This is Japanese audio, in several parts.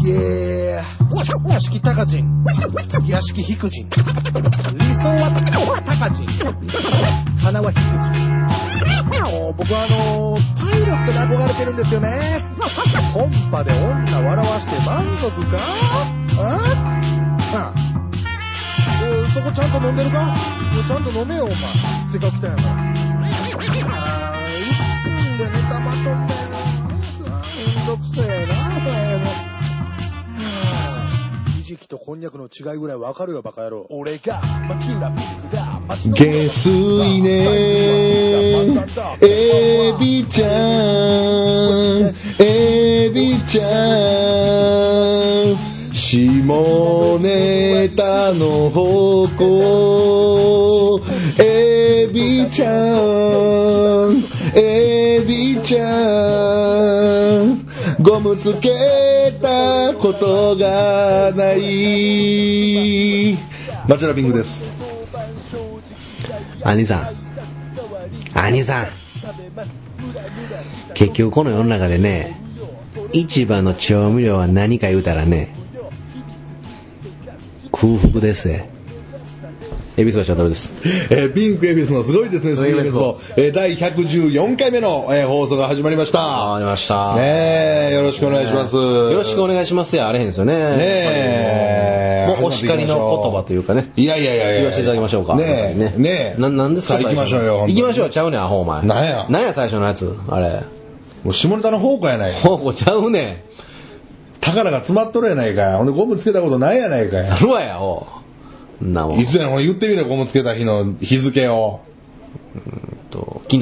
屋敷高人、屋敷低人、理想は高人、花は低人。僕はパイロットに憧れてるんですよね。コンパで女笑わして満足か？そこちゃんと飲んでるか？ちゃんと飲めよお前。せっかく来たんやから。1分でネタまとめる。めんどくせえなお前も。ひじきとこんにゃくの違いぐらいわかるよバカ野郎。俺が町浦ピックだ。 下水ねエビちゃんエビちゃん下ネタの方向エビちゃんエビちゃんゴムつけたことがないマチュラピングです。 兄さん結局この世の中でね一番の調味料は何か言うたらね空腹です。恵比寿は翔太郎です。 ピンク恵比寿のすごいですね。水曜日の第114回目の放送が始まりました。 始まりました。 ねえ、よろしくお願いします。 よろしくお願いしますやあれへんですよね。 ねえ、 もうお叱りの言葉というかね。 いや言わせていただきましょうか。 ねえ。 なんですか。 行きましょうよ。 行きましょうちゃうねんアホお前。 なんや最初のやつあれ。 もう下ネタの宝庫やないか。 宝庫ちゃうねん。 宝が詰まっとるやないかや。ほんでゴムつけたことないやないかや。 やるわやお。 いつやの言ってみれゴムつけた日の日付を。 昨日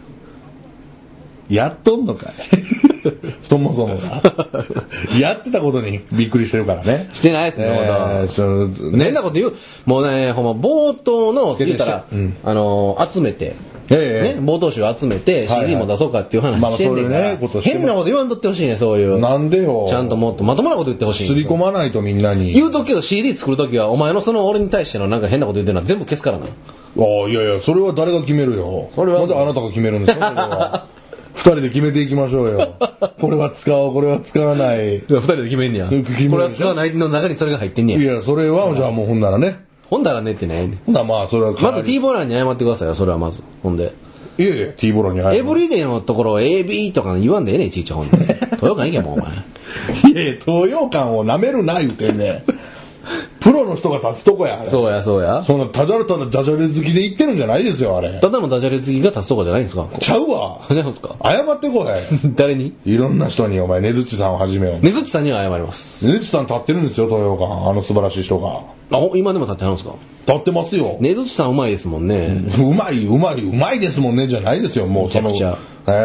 やっとんのかいそもそもがやってたことにびっくりしてるからね。 してないですね。変なこと言う。もうねほんま冒頭の言ったら、集めて。冒頭集集めて CD も出そうかっていう話してんねんから、変なこと言わんとってほしいね。そういうなんでよ。 ちゃんともっとまともなこと言ってほしい。 すり込まないとみんなに言うとくけど CD 作るときはお前のその俺に対してのなんか変なこと言ってるのは全部消すからな。 いやそれは誰が決めるよ。それはなんであなたが決めるんですか。二人で決めていきましょうよ。これは使おうこれは使わない。 二人で決めんねや。これは使わないの中にそれが入ってんねや。 いやそれはじゃあもうほんならね。 ほんだらねってね。 ほんならまあそれはまず T ボランに謝ってくださいよ。それはまずほんで。 いや T ボランに謝る。 エブリデイのところを AB とか言わんでええねんいちいちほんで。東洋館行けもうお前。 いや東洋館を舐めるな言うてんねん。プロの人が立つとこや。 そうや。 そんなただダジャレ好きで言ってるんじゃないですよあれ。 ただのダジャレ好きが立つとこじゃないんですか。 ちゃうわ。 違うんですか。 謝ってこい。 誰に？ いろんな人にお前ねずっちさんをはじめよ。 ねずっちさんには謝ります。 ねずっちさん立ってるんですよ東洋館。あの素晴らしい人が。 今でも立ってはるんですか。 立ってますよ。 ねずっちさんうまいですもんね。 うまいですもんねじゃないですよ。もうめちゃくちゃ。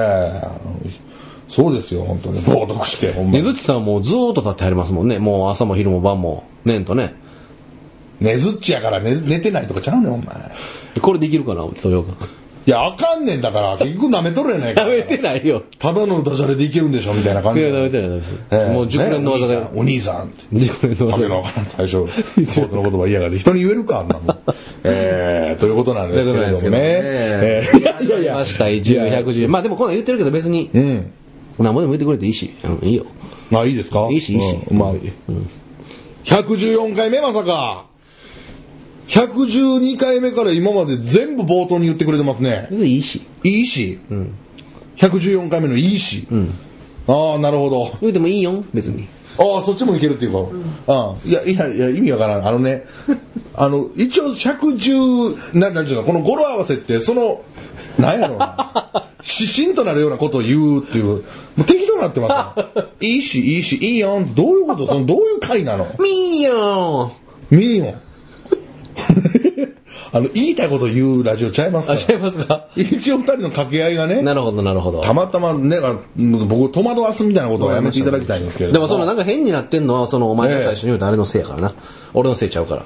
そうですよ本当に冒涜してほんまに。 ねずっちさんもうずーっと立ってはりますもんね。もう朝も昼も晩もねんとね。 ねずっちやから寝てないとかちゃうねんお前。 これできるかな東洋館。 いやあかんねんだから結局舐めとるやないか。 舐めてないよ。 ただのダジャレでいけるんでしょみたいな感じ。 いや舐めてないです。もう熟練の技で。 お兄さんって。 熟練の技で。 わけのわからん最初冒頭の言葉嫌がって人に言えるかあんなもん。ということなんですけれどもね。 いやました110まあでもこんなん言ってるけど別に。何もでも言ってくれていいしいいよ。 まあいいですか。 いいし。 まあ114回目まさか。112回目から今まで全部冒頭に言ってくれてますね。 別にいいし。 114回目のいいし。ああなるほど。 言うてもいいよ別に。 ああそっちもいけるっていうか。いや意味わからん。一応110なんちゅうのこの語呂合わせってそのなんやろうな指針となるようなことを言うっていうもう適当になってます。いいしいいよんどういうことどういう回なの。 ミーヨン言いたいこと言うラジオちゃいますから。 ちゃいますか。 一応二人の掛け合いがね。 なるほど。 たまたまね、僕戸惑わすみたいなことはやめていただきたいんですけれども。 でもそのなんか変になってんのはそのお前が最初に言うとあれのせいやからな。俺のせいちゃうから。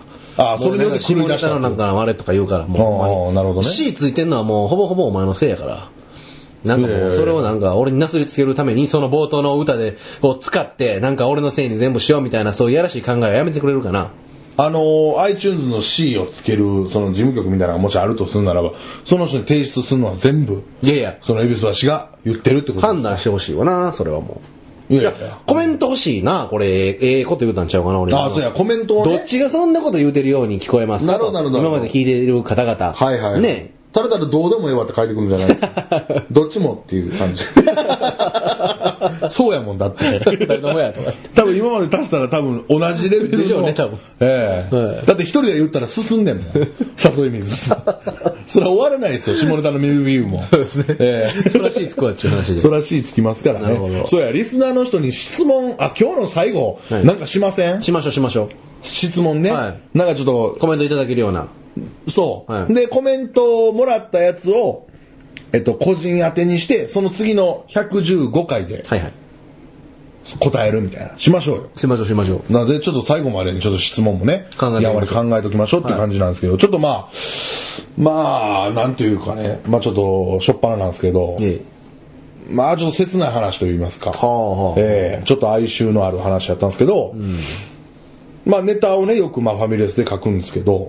それによって狂い出した。 なんかあれとか言うからもう。 なるほどね。 C ついてんのはもうほぼお前のせいやから。なんかもうそれをなんか俺になすりつけるためにその冒頭の歌で使ってなんか俺のせいに全部しようみたいなそういうやらしい考えはやめてくれるかな。 iTunes の C をつけるその事務局みたいなのがもしあるとするならばその人に提出するのは全部いやその恵比寿橋が言ってるってことです。 判断してほしいわなそれはもいや、 コメント欲しいな、これ、こと言うたんちゃうかな、俺。 そうや、コメントをね。どっちがそんなこと言うてるように聞こえますか？ なるほど。 今まで聞いている方々。 はいはい。 ね。 ただどうでもええわって書いてくるんじゃないどっちもっていう感じ。そうやもんだって。 誰のもやとか。 多分今まで足したら多分同じレベルの。 でしょうね、多分。 だって一人が言ったら進んでんもん。誘い水。それは終わらないですよ、下ネタのミルビューも。 そうですね。そらしいつくわっちゅう話で。 そらしいつきますからね。なるほど。そうや、リスナーの人に質問、今日の最後、なんかしません？ しましょう。 質問ね。なんかちょっと。 コメントいただけるような。 そう。で、コメントをもらったやつを、個人宛てにして、その次の115回で、答えるみたいな。しましょうよ。 しましょう。 なので、ちょっと最後までにちょっと質問もね、考えておきましょうって感じなんですけど、ちょっとまあ、なんていうかね、ちょっと、しょっぱななんですけど、ちょっと切ない話といいますか、ちょっと哀愁のある話やったんですけど、ネタをね、よくファミレスで書くんですけど、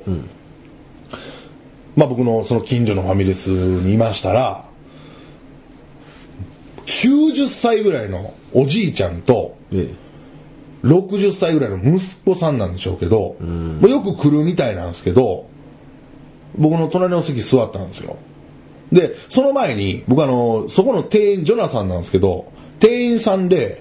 僕のその近所のファミレスにいましたら、90歳ぐらいのおじいちゃんと、60歳ぐらいの息子さんなんでしょうけど、よく来るみたいなんですけど、僕の隣の席座ったんですよ。で、その前に、僕そこの店員、ジョナサンなんですけど、店員さんで、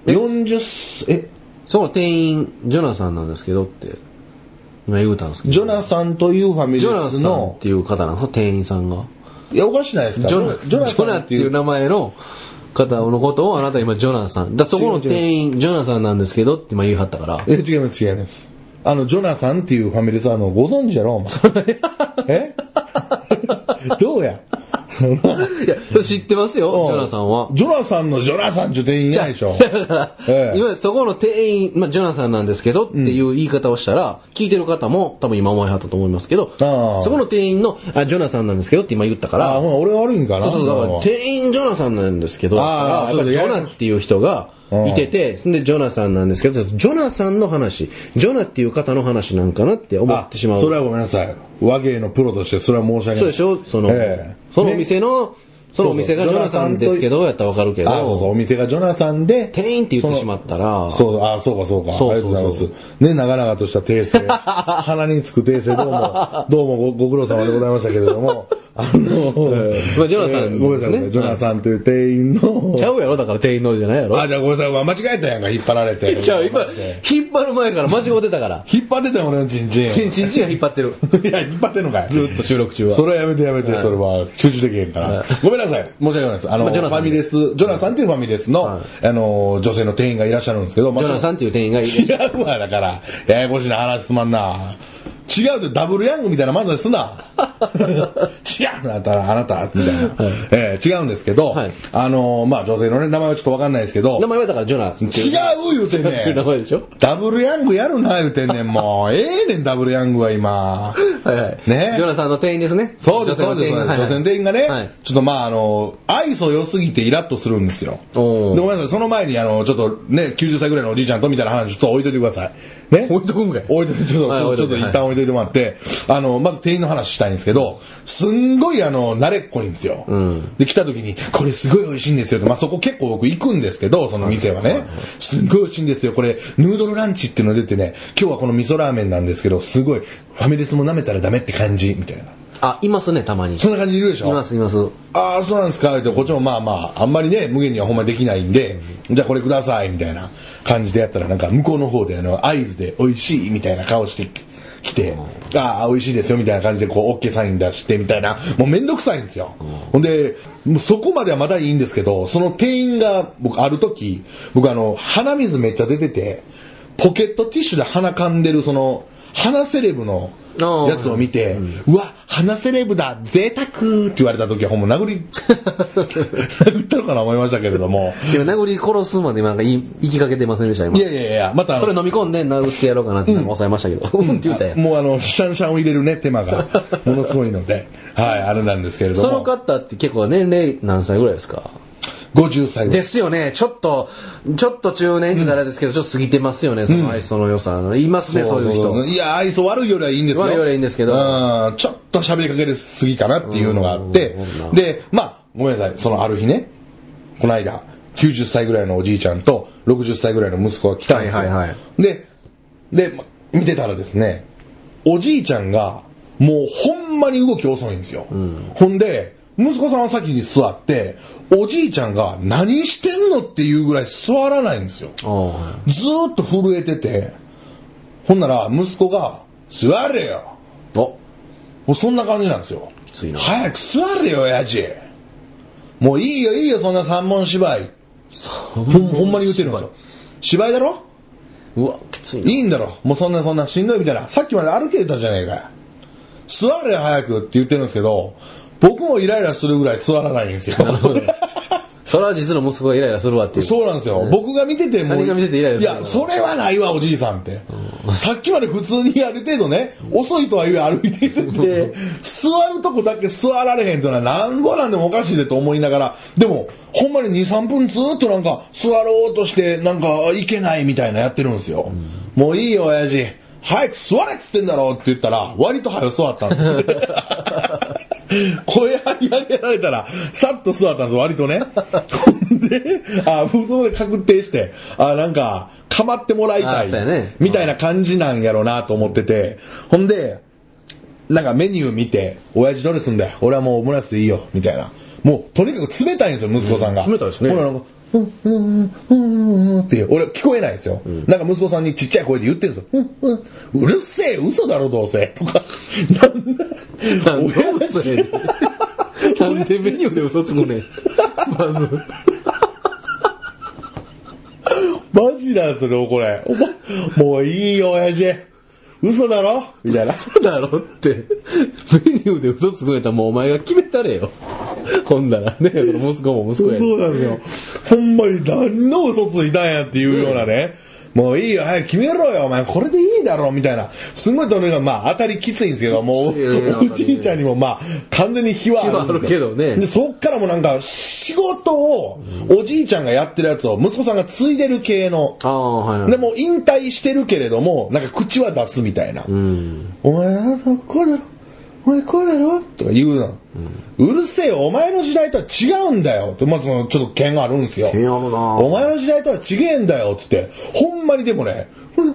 その店員、ジョナサンなんですけどって、今言うたんですけど。 ジョナサンというファミレスの。 ジョナサンっていう方なんですか、店員さんが。 いや、おかしないですか？ ジョナっていう名前の方のことをあなた今ジョナサン。そこの店員、ジョナサンなんですけどって今言い張ったから。 違います。ジョナサンっていうファミレスご存知やろ、お前。どうやいや、知ってますよ、ジョナサンは。 ジョナサンのジョナサンって店員いないでしょ。 だから、今そこの店員、ジョナサンなんですけどっていう言い方をしたら、聞いてる方も多分今思いはったと思いますけど、そこの店員の、ジョナサンなんですけどって今言ったから、 俺が悪いんかな。 そう、だから店員ジョナサンなんですけど、やっぱりジョナっていう人が、いてて、で、ジョナサンなんですけど、ジョナサンの話、ジョナっていう方の話なんかなって思ってしまう。 それはごめんなさい。和芸のプロとしてそれは申し訳ない。 そうでしょ？そのお店の、そのお店がジョナサンですけど、やったらわかるけど。 お店がジョナサンで。 店員って言ってしまったら。 そうか。ありがとうございます。ね、長々とした訂正。鼻につく訂正、どうもご苦労様でございましたけれども。 ジョナサンですね。 ジョナサンという店員の。 ちゃうやろだから店員のじゃないやろじゃあごめんなさい。間違えたやんか、引っ張られて。 ちゃう、今、引っ張る前から間違ってたから。 引っ張ってたよ、俺のチンチン。 チンチンが引っ張ってる。 いや、引っ張ってんのかい。 ずっと収録中は。 それはやめて、それは集中できへんから。ごめんなさい。申し訳ないです。ファミレス、ジョナサンっていうファミレスの、女性の店員がいらっしゃるんですけど、 ジョナサンっていう店員がいる。 違うわ、だから。ややこしいな、話すまんな。違うってダブルヤングみたいな漫才すな。違うあなたみたいな、違うんですけど、女性のね名前はちょっとわかんないですけど、 名前はだからジョナ違う言うてんねん。 名前でしょ。 ダブルヤングやるな言うてんねん。もうねんダブルヤングは今ね、ジョナさんの店員ですね。 そうです。女性の店員がね、ちょっと愛想良すぎてイラッとするんですよ。でごめんなさい、その前にちょっとね90歳ぐらいのおじいちゃんとみたいな話ちょっと置いといてくださいね。 置いとくんかい。 ちょっと一旦置いといてもらって、まず店員の話したいんですけど、すんごい慣れっこいんですよ。で来た時にこれすごい美味しいんですよって、そこ結構僕行くんですけど、その店はね、すんごい美味しいんですよ。これヌードルランチっていうの出てね、今日はこの味噌ラーメンなんですけど、すごいファミレスも舐めたらダメって感じみたいな。 いますね、たまに。 そんな感じいるでしょ。 います。 そうなんですかって、こっちもあんまりね無限にはほんまできないんで、じゃあこれくださいみたいな感じでやったら、なんか向こうの方で合図で美味しいみたいな顔して来て、美味しいですよみたいな感じでこう OK サイン出してみたいな、もうめんどくさいんですよ。ほんでもうそこまではまだいいんですけど、その店員がある時鼻水めっちゃ出てて、ポケットティッシュで鼻かんでるその鼻セレブのやつを見て、うわ鼻セレブだ贅沢って言われた時はほんま殴ったのかな思いましたけれども、 でも殴り殺すまでなんか言いかけてませんでした今。 いやまたそれ飲み込んで殴ってやろうかなって抑えましたけど、って言ったやん。 もうシャンシャンを入れるね手間がものすごいのであれなんですけれども。 その方って結構年齢何歳ぐらいですか ？50歳ですよね。ちょっと中年ってならですけど、ちょっと過ぎてますよね、その愛想の良さ。いますね、そういう人。 いや、愛想悪いよりはいいんですよ。 悪いよりはいいんですけど。 ちょっと喋りかけるすぎかなっていうのがあって。で、ごめんなさい。そのある日ね、この間、 90歳ぐらいのおじいちゃんと60歳ぐらいの息子が来たんですよ。で、見てたらですね、おじいちゃんがもうほんまに動き遅いんですよ。ほんで、息子さんは先に座って、おじいちゃんが何してんのっていうぐらい座らないんですよ。ずーっと震えてて、ほんなら息子が、座れよ。もうそんな感じなんですよ。早く座れよ、親父。もういいよ、そんな三文芝居。ほんまに言ってるんですよ。芝居だろ？ うわ、きついな。 いいんだろ。もうそんなしんどいみたいな。さっきまで歩けてたじゃねえかよ。座れよ、早くって言ってるんですけど、僕もイライラするぐらい座らないんですよ。なるほど。 それは実の息子がイライラするわっていう。 そうなんですよ。僕が見てても。 何が見ててイライラする。 いや、それはないわ、おじいさんって。さっきまで普通にある程度ね、遅いとはいえ歩いてるんで、座るとこだけ座られへんというのはなんぼなんでもおかしいでと思いながら、でも、ほんまに2、3分ずっとなんか座ろうとしてなんかいけないみたいなやってるんですよ。もういいよ、親父。早く座れっつってんだろって言ったら、割と早く座ったんですよ。声張り上げられたら、さっと座ったんです割とね。で、そこで確定して、なんか、構ってもらいたい、ね、みたいな感じなんやろうなと思ってて、ほんで、なんかメニュー見て、親父どれすんだよ。俺はもうオムライスでいいよ、みたいな。もう、とにかく冷たいんですよ、息子さんが。 冷たいですね。 ほら、って俺聞こえないんですよ、なんか息子さんにちっちゃい声で言ってるんですよ、うるせえ、嘘だろどうせとか、 なんで嘘やねん。なんでメニューで嘘つくねん。まずマジなんですよこれ。もういいよ親父、嘘だろみたいな。 嘘だろってメニューで嘘つくんやったらもうお前が決めたれよ。ほんならね、息子も息子や。 そうなんですよ。ほんまに何の嘘ついたんやっていうようなね。もういいよ、早く決めろよ、お前これでいいだろみたいな。すごいとにかく当たりきついんですけど、もうおじいちゃんにも完全に火はあるんですよ。 けどね。 でそっからもなんか仕事をおじいちゃんがやってるやつを息子さんが継いでる系の。でも引退してるけれどもなんか口は出すみたいな。お前こうだろ。お前こうだろとか言うな、うるせえよ、お前の時代とは違うんだよって、ちょっと剣があるんですよ。 剣あるな。 お前の時代とは違えんだよって言って、ほんまにでもね、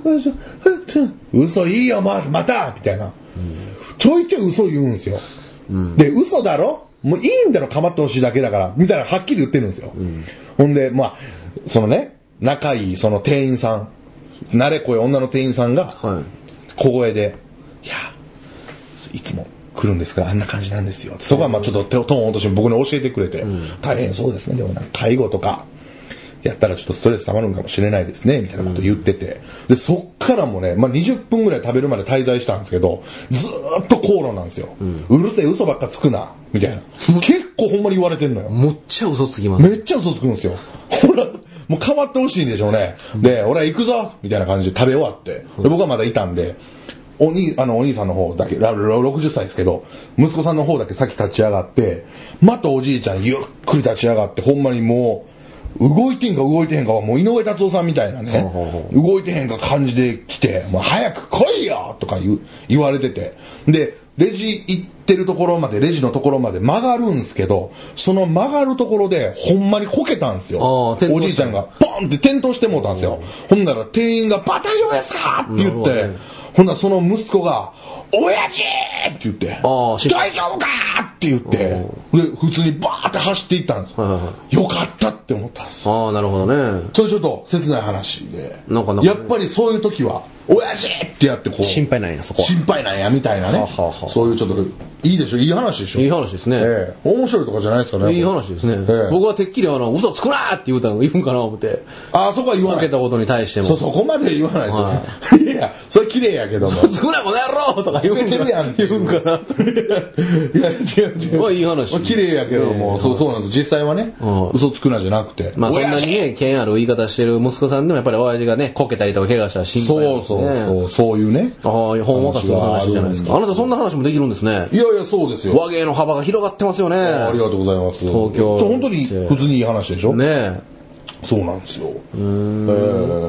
嘘いいよ、またみたいな、ちょいちょい嘘言うんですよ。で、嘘だろ、もういいんだろ、構ってほしいだけだからみたいなはっきり言ってるんですよ。ほんでそのね、仲いいその店員さん、慣れこい女の店員さんが小声で、いやいつも来るんですからあんな感じなんですよ。そこはちょっとトーン落として僕に教えてくれて、大変そうですね。でもなんか介護とかやったらちょっとストレス溜まるんかもしれないですねみたいなこと言ってて、でそっからもね、20分ぐらい食べるまで滞在したんですけど、ずーっと口論なんですよ。うるせえ、嘘ばっかつくなみたいな。結構ほんまに言われてんのよ。 めっちゃ嘘つきます。 めっちゃ嘘つくんですよ。ほらもう変わってほしいんでしょうね。で、俺は行くぞみたいな感じで食べ終わって、で僕はまだいたんで。お兄さんの方だけ60歳ですけど、息子さんの方だけ先立ち上がって、またおじいちゃんゆっくり立ち上がって、ほんまにもう動いてんか動いてへんかはもう井上達夫さんみたいなね、動いてへんか感じで来て、もう早く来いよとか言われてて、でレジ行ってるところまで、レジのところまで曲がるんですけど、その曲がるところでほんまにこけたんですよ。おじいちゃんがポンって転倒してもうたんですよ。ほんなら店員がバタイオですかって言って、ほんならその息子が親父って言って、大丈夫かって言って、で普通にバーって走っていったんです。よかったって思ったんです。 なるほどね。 それちょっと切ない話で、やっぱりそういう時は親父ってやってこう心配なんや、そこ心配なんやみたいなね。そういうちょっといいでしょ、いい話でしょ。 いい話ですね。 面白いとかじゃないですかね。 いい話ですね。僕はてっきり嘘つくなーって言うたの言うんかな思って。 そこは言わない。 受けたことに対しても。 そこまで言わないですよ。いやそれ綺麗やけども。 嘘つくなこの野郎とか言うんかな。 いや違う。 いい話。 綺麗やけども、そうなんです。実際はね、嘘つくなじゃなくて。 そんなにね、剣ある言い方してる息子さんでもやっぱり親父がね、こけたりとか怪我したら心配なんですね。 そういうね。 ほんわかする話じゃないですか。あなたそんな話もできるんですね。 いやそうですよ。 和芸の幅が広がってますよね。 ありがとうございます。 東京。 本当に普通にいい話でしょ。 ねそうなんですよ。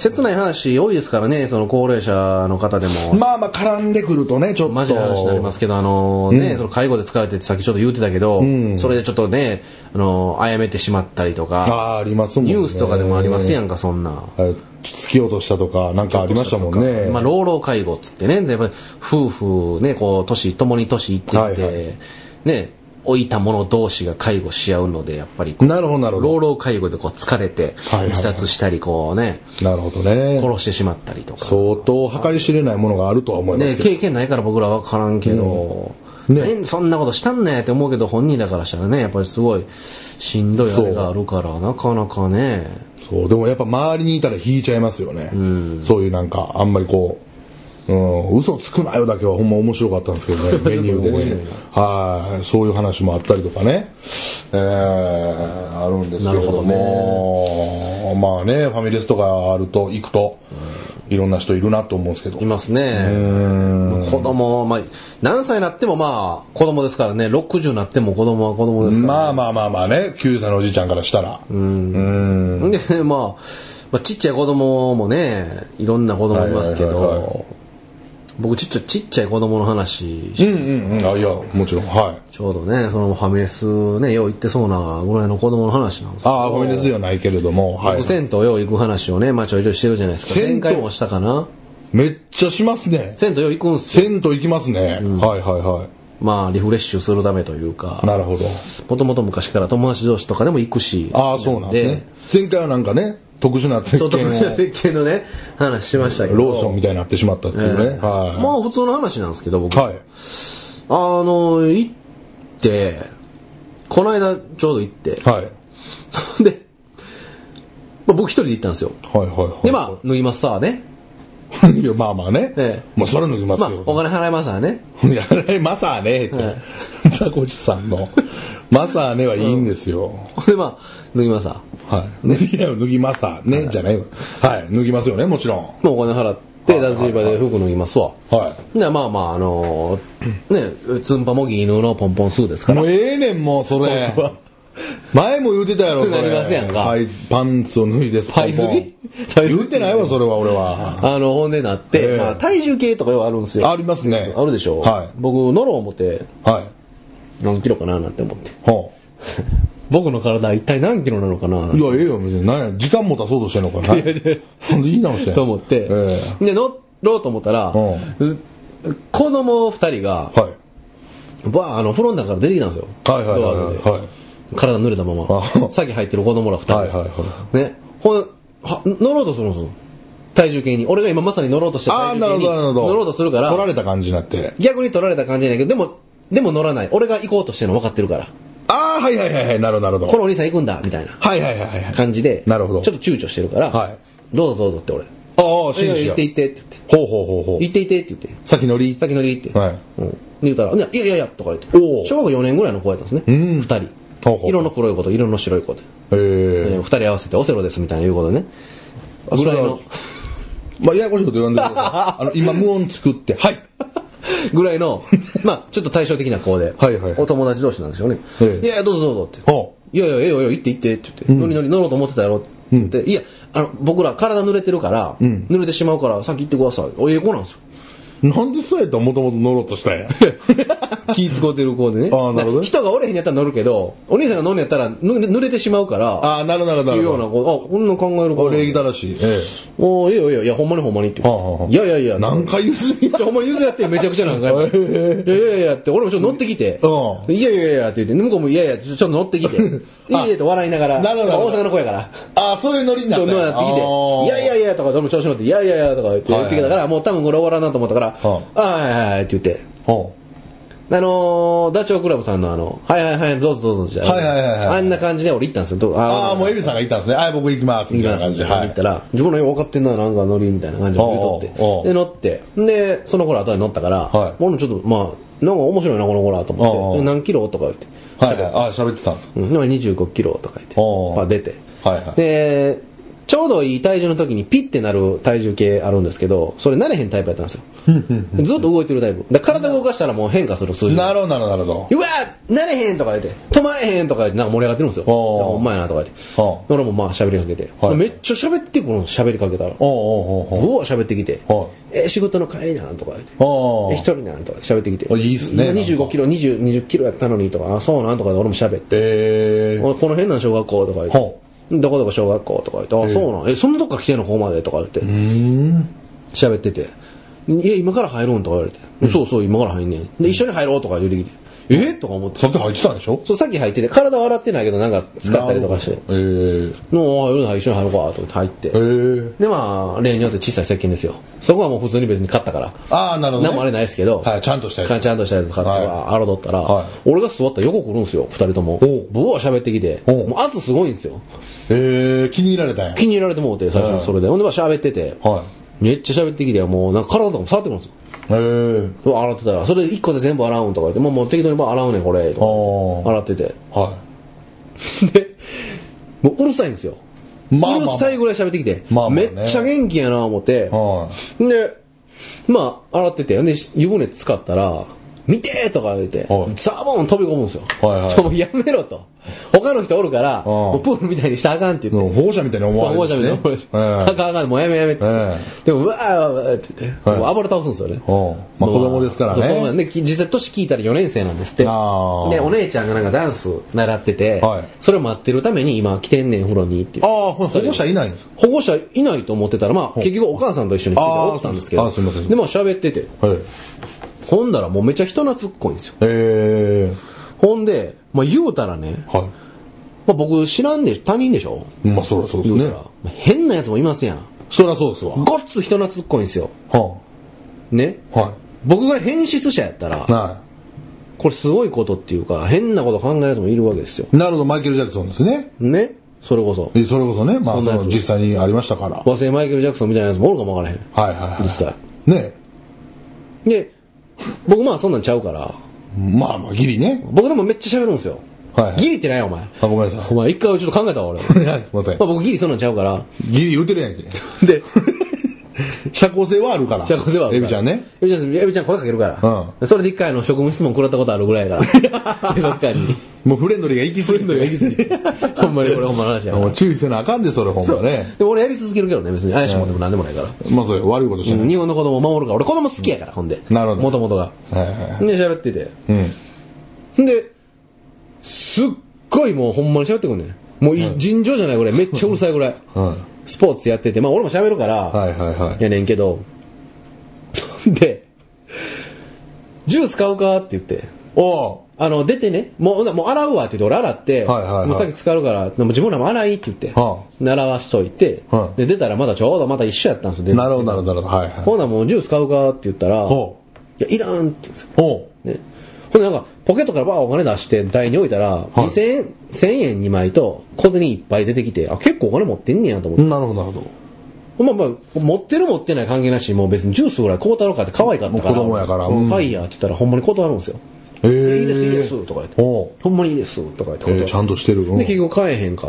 切ない話多いですからね、その高齢者の方でも。 まあまあ絡んでくるとね、ちょっと。 マジな話になりますけど、ね、その介護で疲れてってさっきちょっと言ってたけど、それでちょっとね、殺めてしまったりとか。 ありますもんね。 ニュースとかでもありますやんか、そんな。 突き落としたとか、なんかありましたもんね。 まあ、老老介護っつってね、やっぱり夫婦ね、こう、共に年いっていって、ね、老いた者同士が介護し合うので、やっぱりなるほどなるほど。 老老介護でこう疲れて自殺したりこうね、 なるほどね。 殺してしまったりとか。 相当計り知れないものがあるとは思いますけど。 ね、経験ないから僕らは分からんけど、ね、そんなことしたんねって思うけど本人だからしたらね、やっぱりすごいしんどいあれがあるからなかなかね。 そうでもやっぱ周りにいたら引いちゃいますよね。そういうなんかあんまりこう。嘘つくなよだけはほんま面白かったんですけどね、メニューでね。はい、そういう話もあったりとかね、あるんですけれども、まあね、ファミレスとかあると、行くと、いろんな人いるなと思うんですけど。 いますね。子供、まあ、何歳になってもまあ、子供ですからね、60になっても子供は子供ですから、ね。 まあね、9歳のおじいちゃんからしたら。 で、まあ、ちっちゃい子供もね、いろんな子供いますけど、僕ちっちゃい子供の話しますいやもちろん、はい、 ちょうどねそのファミレスねよう行ってそうなぐらいの子供の話なんですけど、 ファミレスではないけれども、 僕銭湯よう行く話をね、まあ、ちょいちょいしてるじゃないですか。前回もしたかな。 めっちゃしますね。 銭湯よう行くんすよ。 銭湯行きますね、はいまあリフレッシュするためというか。 なるほど。 もともと昔から友達同士とかでも行くし。 そうなんですね。前回はなんかね特殊な石鹸のね話しましたけど、 ローションみたいになってしまったっていうね、 まあ普通の話なんですけど僕、行ってこの間ちょうど行って、で、僕一人で行ったんですよ。でまあ脱ぎますさね。 いやまあね、まあそれ脱ぎますよ、 お金払いますわね。 払いますわねってザコシさんのマサーねはいいんですよ。 でまあ脱ぎますわ。 いや脱ぎますわねじゃないわ。脱ぎますよねもちろん。 お金払って脱衣場で服脱ぎますわ。でまあねツンパモギ犬のポンポンスーですから。 もうねんもうそれ。前も言うてたやろそれ。 なりますやんか。 パンツを脱いでパイすぎ？ 言ってないわそれは俺は。 ほんでなって、まあ体重計とかよくあるんですよ。 ありますね。 あるでしょ。僕乗ろう思って。何キロかななんて思って。僕の体一体何キロなのかな。 いやええよ別に何時間持たそうとしてんのかな。ほんで言い直して。 と思って。で乗ろうと思ったら子供2人が風呂の中から出てきたんですよ。ドアで。体濡れたまま先入ってる子供ら2人ね、乗ろうとするんですよ体重計に。俺が今まさに乗ろうとして体重計に乗ろうとするから取られた感じになって、 逆に取られた感じじゃないけど、でも乗らない。俺が行こうとしてるの分かってるから、 なるほど。 このお兄さん行くんだみたいな感じで、 なるほど。 ちょっと躊躇してるから、どうぞって俺行ってって言って、行ってって言って、 先乗りって言ったら、いやとか言って、小学校4年ぐらいの子やったんですね、2人。色の黒い子と色の白い子で、2人合わせてオセロですみたいないうことでね、ぐらいのまあややこしいこと言わんでください。今無音作ってぐらいのまあちょっと対照的な子でお友達同士なんでしょうね。いやどうぞって、いや行ってって言って、乗ろうと思ってたやろって言って、いや僕ら体濡れてるから濡れてしまうから先行ってください。ええ子なんですよ。 なんでそうやったらもともと乗ろうとしたんや。 気使うてる子でね。 なるほど。 人がおれへんやったら乗るけど、お兄さんが乗るんやったら濡れてしまうから。 なるほど。 いうような子、こんな考える子。 礼儀正しい。 いや、ほんまにって。いや。 何回譲りほんまに譲りやってめちゃくちゃ何回も。いやって、俺もちょっと乗ってきて。いやって言って、向こうもいやちょっと乗ってきて。いやと笑いながら。大阪の子やから。 そういうノリになった。 そう乗ってきて。いやとか、俺も調子乗って、いやとか言ってきたから、もう多分これ終わらんなと思ったから、はいって言って。ダチョウ倶楽部さんのはいどうぞじゃあ、あんな感じで俺行ったんですよ。 もうエビさんが行ったんですね。僕行きますみたいな感じで行ったら、自分のよく分かってんな、なんか乗りみたいな感じで言うとって、で乗って、でその子ら後で乗ったから、俺もちょっとまあなんか面白いなこの子らと思って、何キロとか言って喋ってたんですか。 25キロとか言って出て、でちょうどいい体重の時にピッてなる体重計あるんですけど、それ慣れへんタイプやったんですよ。ずっと動いてるタイプ。だから体動かしたらもう変化する数字。 なるほど、なるほど。 うわ慣れへんとか言って、止まれへんとか言って、なんか盛り上がってるんですよ。ほんまやなとか言って。俺もまあ喋りかけて。めっちゃ喋ってくるの、喋りかけたら。うわ喋ってきて。仕事の帰りなとか言って。一人なとか喋ってきて。 いいっすね。 25キロ、20キロやったのにとか、あ、そうなんとかで俺も喋って。この辺なん小学校とか言って。どこどこ小学校とか言って、あ、そうなん、そんなとこから来てんのここまでとか言って、喋ってて、いや、今から入るんとか言われて、そうそう、今から入んねん。で、一緒に入ろうとか言ってきて、とか思って。 さっき入ってたんでしょ？ そう、さっき入ってて、体は洗ってないけど、なんか使ったりとかして。もう、一緒に入ろうか、と思って入って。で、まあ、例によって小さい石鹸ですよ。そこはもう普通に別に買ったから。 ああ、なるほど。 なんもあれないですけど。 はい、ちゃんとしたやつ。 ちゃんとしたやつ買って、洗うとったら、俺が座ったら横来るんですよ、二人とも。ブワー喋ってきて、もう圧すごいんですよ。 気に入られたんや。 気に入られてもうて、最初にそれで。ほんで、喋ってて、めっちゃ喋ってきて、もう、なんか体とかも触ってくるんですよ。洗ってたら、それで1個で全部洗うんとか言って、もう適当に洗うねん、これ。洗ってて。で、もううるさいんですよ。うるさいぐらい喋ってきて、めっちゃ元気やな思って。で、まあ、洗ってて、で、湯船使ったら、見てとか言って、ザボン飛び込むんですよ。もうやめろと。他の人おるから、もうプールみたいにしたらあかんって言って。 保護者みたいに思われる。 保護者みたいに思われる。あかんあかん、もうやめやめって。でも、うわーって言って、もう暴れ倒すんですよね。 まあ子供ですからね。 で、実際年聞いたら4年生なんですって。で、お姉ちゃんがなんかダンス習ってて、それを待ってるために今来てんねん、風呂にっていう。 保護者いないんですか？ 保護者いないと思ってたら、まあ結局お母さんと一緒に来ておったんですけど。で、まあ喋ってて。ほんだらもうめっちゃ人懐っこいんですよ。ほんで、まあ言うたらね、まあ僕知らんで、他人でしょ？ まあそりゃそうですね。 変なやつもいますやん。 そりゃそうですわ。 ごっつ人懐っこいんですよ。ね？僕が変質者やったら、これすごいことっていうか、変なこと考えるやつもいるわけですよ。 なるほど、マイケル・ジャクソンですね。 ね？それこそ。 それこそね、まあ実際にありましたから。 和製マイケル・ジャクソンみたいなやつもおるかもわからへん。実際。 ね。 で、僕まあそんなんちゃうから。 まあギリね。 僕でもめっちゃ喋るんですよ。ギリってないよお前。 ごめんなさい。 お前一回ちょっと考えたわ俺。 すいません。 僕ギリそんなんちゃうから。 ギリ言うてるやんけ。 で、 社交性はあるから。 社交性はある。 エビちゃんね。 エビちゃん声かけるから。それで一回職務質問食らったことあるぐらいやから。警察官に。 もうフレンドリーが行き過ぎ。 ほんまにこれほんまの話やから。 注意せなあかんでそれほんまね。 でも俺やり続けるけどね別に怪しいもんでもなんでもないから。 まあそういう悪いことしてない。 日本の子供を守るから俺子供好きやからほんで。 なるほど。 もともとが。で喋ってて。で、すっごいもうほんまに喋ってくんねん。もう尋常じゃないぐらいめっちゃうるさいぐらい。スポーツやってて、まあ俺も喋るから、やねんけど、で、ジュース買うかって言って、出てね、もう洗うわって言って俺洗って、もうさっき使うから、自分らも洗いって言って、洗わしといて、で出たらまだちょうどまた一緒やったんですよ。 なるほどなるほど。 ほんならもうジュース買うかって言ったら、いや、いらんって言うんですよ。ね。ほんでなんか、ポケットからお金出して台に置いたら、1000円2枚と小銭いっぱい出てきて、あ、結構お金持ってんねやと思って。 なるほどなるほど。まあ、持ってる持ってない関係なし、もう別にジュースぐらい買うたろうかって可愛かったから。 子供やから。 買いやって言ったらほんまに断るんですよ。いいですいいですとか言って。ほんまにいいですとか言って。 ちゃんとしてる。 で、結局買えへんかって。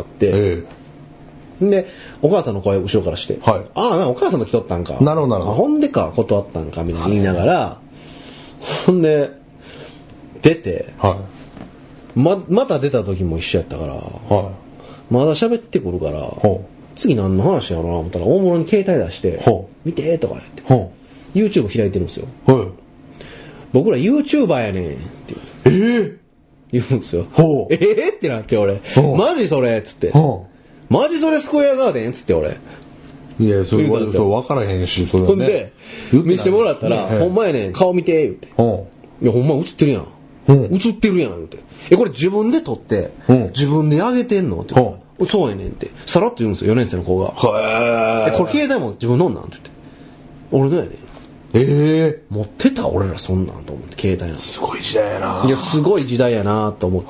で、お母さんの声後ろからして。ああ、お母さんと来とったんか。 なるほどなるほど。 ほんでか、断ったんか、みたいな言いながら、ほんで、出て、また出た時も一緒やったから、まだ喋ってくるから、次何の話やろうな思ったら大物に携帯出して、見てとか言って、YouTube 開いてるんですよ。僕ら YouTuber やねんって言うんですよ。ってなって俺、マジそれっつって、マジそれスクエアガーデンっつって俺。 いや、それ分からへんし、それはね。 ほんで、見せてもらったら、ほんまやねん、顔見て、言って。いや、ほんま映ってるやん。映ってるやん、言うて。これ自分で撮って、自分で上げてんのって。そうやねんって。さらっと言うんですよ、4年生の子が。これ携帯も自分のんなんって言って。俺のやねん。持ってた俺らそんなんと思って、携帯なんすごい時代やな。 いや、すごい時代やなと思って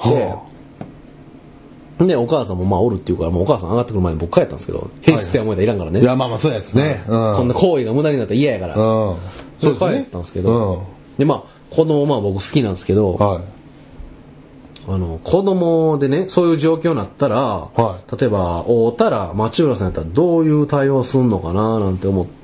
。で、お母さんもまあおるっていうから、もうお母さん上がってくる前に僕帰ったんですけど、平日や思えたらいらんからね。 いや、まあまあそうやですね。 こんな行為が無駄になったら嫌やから。それ帰ったんですけど。で、まあ、子供まあ僕好きなんですけど、 子供でね、そういう状況になったら、 はい、 例えば、会うたら、町浦さんやったらどういう対応すんのかななんて思って、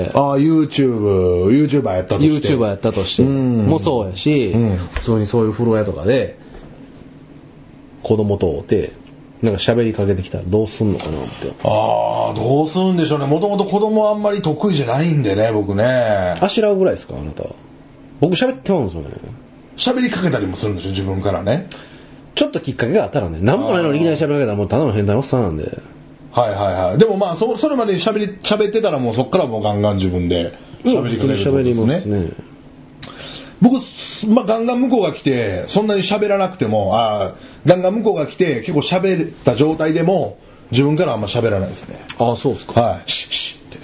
YouTuber やったとして。 YouTuber やったとして、もそうやし、普通にそういう風呂屋とかで、子供と会うて、なんか喋りかけてきたらどうすんのかなって。 どうするんでしょうね。もともと子供あんまり得意じゃないんでね、僕ね。 あしらうぐらいですか、あなたは。僕喋ってまうんですよね。 喋りかけたりもするんですよ、自分からね。 ちょっときっかけがあったらね、何もないのにいきなり喋りかけたらもうただの変態のおっさんなんで。 でもまあ、それまでに喋ってたらもうそっからもうガンガン自分で喋りかける喋りますね。 僕、ガンガン向こうが来て、そんなに喋らなくても、ガンガン向こうが来て、結構喋った状態でも、自分からあんま喋らないですね。 そうですか。 はい。シッって。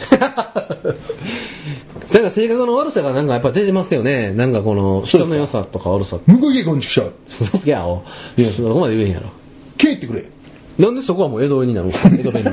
なんか性格の悪さがなんかやっぱ出てますよね。なんかこの、人の良さとか悪さ。 向こう行け、こんちくしょう。 そうすけやお。いや、そこまで言えへんやろ。 けってくれ。 なんでそこはもう江戸になるんですか、江戸弁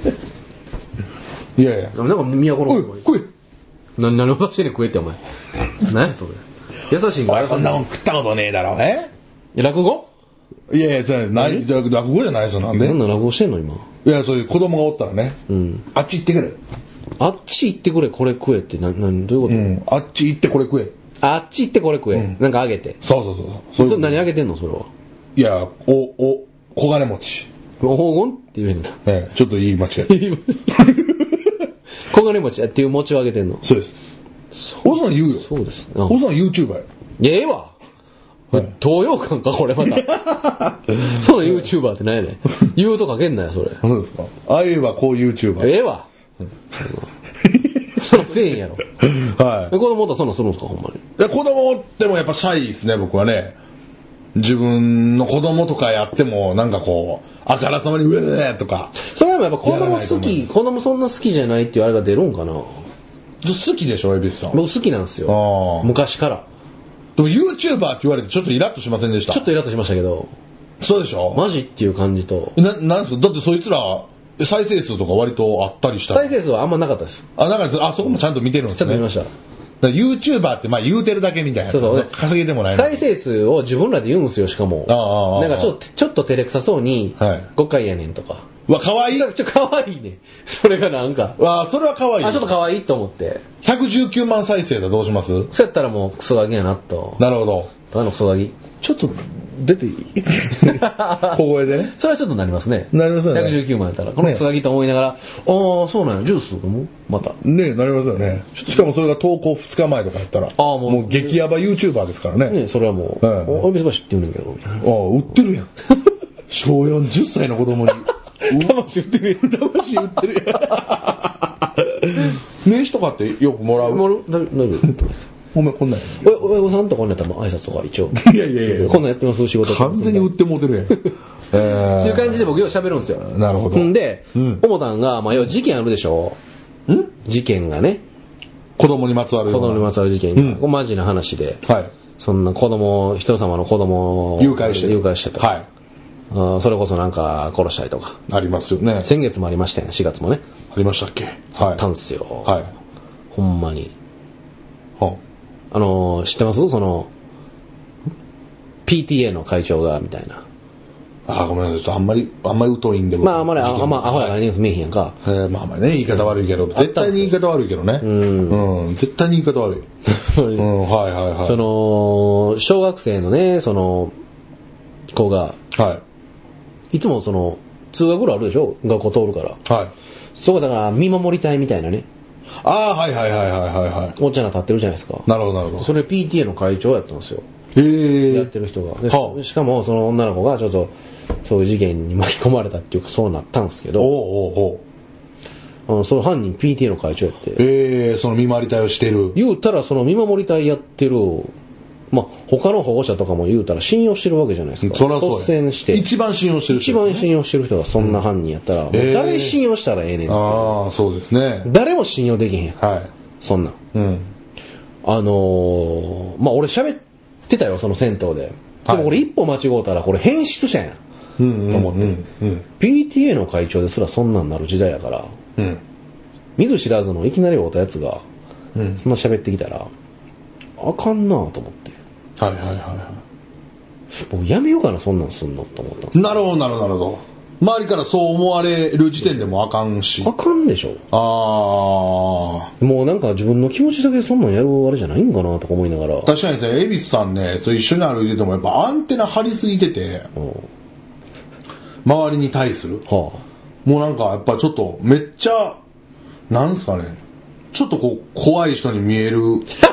に。いやいや。 なんか都の。 おい、来い。 何を出してんねん、食えってお前。何やそれ。優しいんか。 こんなもん食ったことねえだろ、 落語？ いや落語じゃないですよ、なんで。 なん落語してんの今。 いや、そういう子供がおったらね。あっち行ってくれ。 あっち行ってくれ、これ食えって、どういうこと？ あっち行ってこれ食え。 あっち行ってこれ食え。なんかあげて。 そうそれ何あげてんのそれは。 いや、小金持ち。 黄金って言えんだ。 ちょっと言い間違え小金持ちっていう餅をあげてんの。 そうです。おさん言うよ。 そうです。 おさん YouTuber や。 ええわ。東洋館かこれまた。その YouTuber って何やねん。言うとかけんなよそれ。 そうですか。ああいうはこう YouTuber。 ええわ。そのせえんやろ。 はい。 子供とそんなするんですかほんまに。 子供ってもやっぱシャイですね僕はね。自分の子供とかやってもなんかこうあからさまにうえーとか。 それはやっぱ子供好き、子供そんな好きじゃないっていうあれが出るんかな。 好きでしょ、恵比寿さん。 僕好きなんですよ。昔から。 でも YouTuber って言われてちょっとイラッとしませんでした？ ちょっとイラッとしましたけど。 そうでしょ？ マジっていう感じと。 なんですか？だってそいつら再生数とか割とあったりした。 再生数はあんまなかったです。 だからそこもちゃんと見てるんですね。 ちゃんと見ました。 YouTuber って言うてるだけみたいな。そう稼げてもない。 再生数を自分らで言うんですよ、しかも。なんかちょっと照れくさそうに、5回やねんとか。 かわいい。 かわいいね。それがなんか。 それはかわいい。 ちょっとかわいいと思って。 119万再生だどうします？ そうやったらもうクソガキやなと。 なるほど。 ただのクソガキ。 ちょっと出ていい？小声でね。 それはちょっとなりますね。 なりますよね。 119万やったら。このクソガキと思いながら、そうなんや、ジュースともまた。 ねなりますよね。しかもそれが投稿2日前とかやったら、もう激ヤバ YouTuber ですからね。 ねそれはもう、お店橋って言うねんけど。 売ってるやん。小40歳の子供に。 魂売ってるやん。 魂売ってるやん。名刺とかってよくもらう？ 大丈夫です。 お前こんなんや親御さんとこんなんやったら挨拶とか一応。 いやこんなんやってます仕事。 完全に売ってもうてるやん。っていう感じで僕よう喋るんですよ。 なるほど。 んで、思ったんが、要は事件あるでしょ。事件がね。 子供にまつわる事件が。マジな話で。そんな人様の子供を誘拐してとか。それこそなんか殺したりとか。 ありますよね。 先月もありましたよね、4月もね。 ありましたっけ？ あったんですよ。ほんまに。知ってます？PTA の会長が、みたいな。 ごめんなさい。あんまり疎いんで。 あんまアホやからニュース見えへんやんか。 言い方悪いけど。絶対に言い方悪いけどね。絶対に言い方悪い。 小学生のね、子が、いつも通学路あるでしょ？学校通るから。そこだから見守り隊みたいなね。おっちゃんが立ってるじゃないですか。 なるほど。 それ PTA の会長やったんですよ。やってる人が。しかもその女の子がちょっとそういう事件に巻き込まれたっていうかそうなったんですけど。その犯人 PTA の会長やって。 その見回り隊をしてる。 言うたらその見守り隊やってる。他の保護者とかも言うたら信用してるわけじゃないですか。率先して。 一番信用してる人がそんな犯人やったら、もう誰信用したらええねんって。 そうですね。 誰も信用できへん。そんな。俺喋ってたよ、その銭湯で。でもこれ一歩間違うたら、これ変質者やん。と思って。PTA の会長ですらそんなんなる時代やから、見ず知らずのいきなり会ったやつが、そんな喋ってきたら、あかんなと思って。 もうやめようかな、そんなんすんのと思ったんです。 なるほどなるほど。周りからそう思われる時点でもあかんし。 あかんでしょ。もうなんか自分の気持ちだけそんなんやるあれじゃないんかなとか思いながら。 確かにですね、恵比寿さんね、一緒に歩いててもやっぱアンテナ張りすぎてて、周りに対する、もうなんかやっぱちょっとめっちゃなんですかね、ちょっとこう怖い人に見える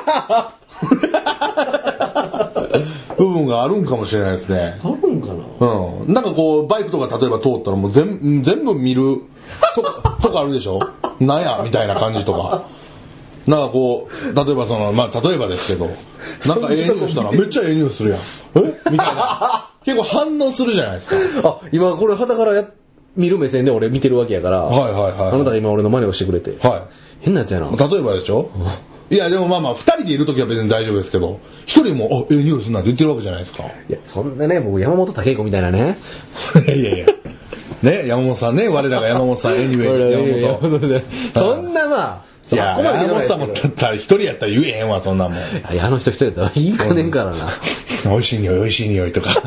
部分があるんかもしれないですね。 あるんかな。 なんかこうバイクとか例えば通ったらもう全部見るとかあるでしょ。なんやみたいな感じとか。なんかこう例えば例えばですけど、なんか匂いしたらめっちゃ匂いするやん。みたいな。結構反応するじゃないですか。 今これ肌から見る目線で俺見てるわけやから。あなたが今俺の真似をしてくれて。変なやつやな。 例えばでしょ。いやでも2人でいるときは別に大丈夫ですけど、1人も匂いするなんて言ってるわけじゃないですか。 いやそんなね、僕山本武子みたいなね。 いやね、山本さんね、我らが山本さん山本そんないや山本さんもだったら1人やったら言えへんわ、そんなもん。 いやあの人1人やったらいいかねんからな。 美味しい匂いとか。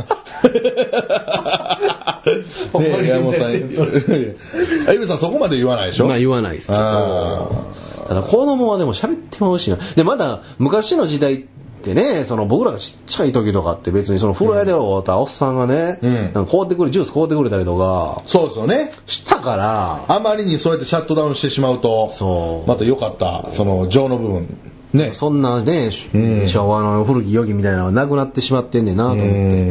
ね、山本さん、エビさんそこまで言わないでしょ。 言わないですけど。ただ子供はでも喋っても美味しいな。でまだ昔の時代ってね、僕らがちっちゃい時とかって別に風呂屋で会ったおっさんがね、なんかジュース買うてくれたりとか、 そうですよね。 したから、 あまりにそうやってシャットダウンしてしまうと、また良かった情の部分ね。 そんなね、昭和の古き良きみたいなのがなくなってしまってんねんなと思って。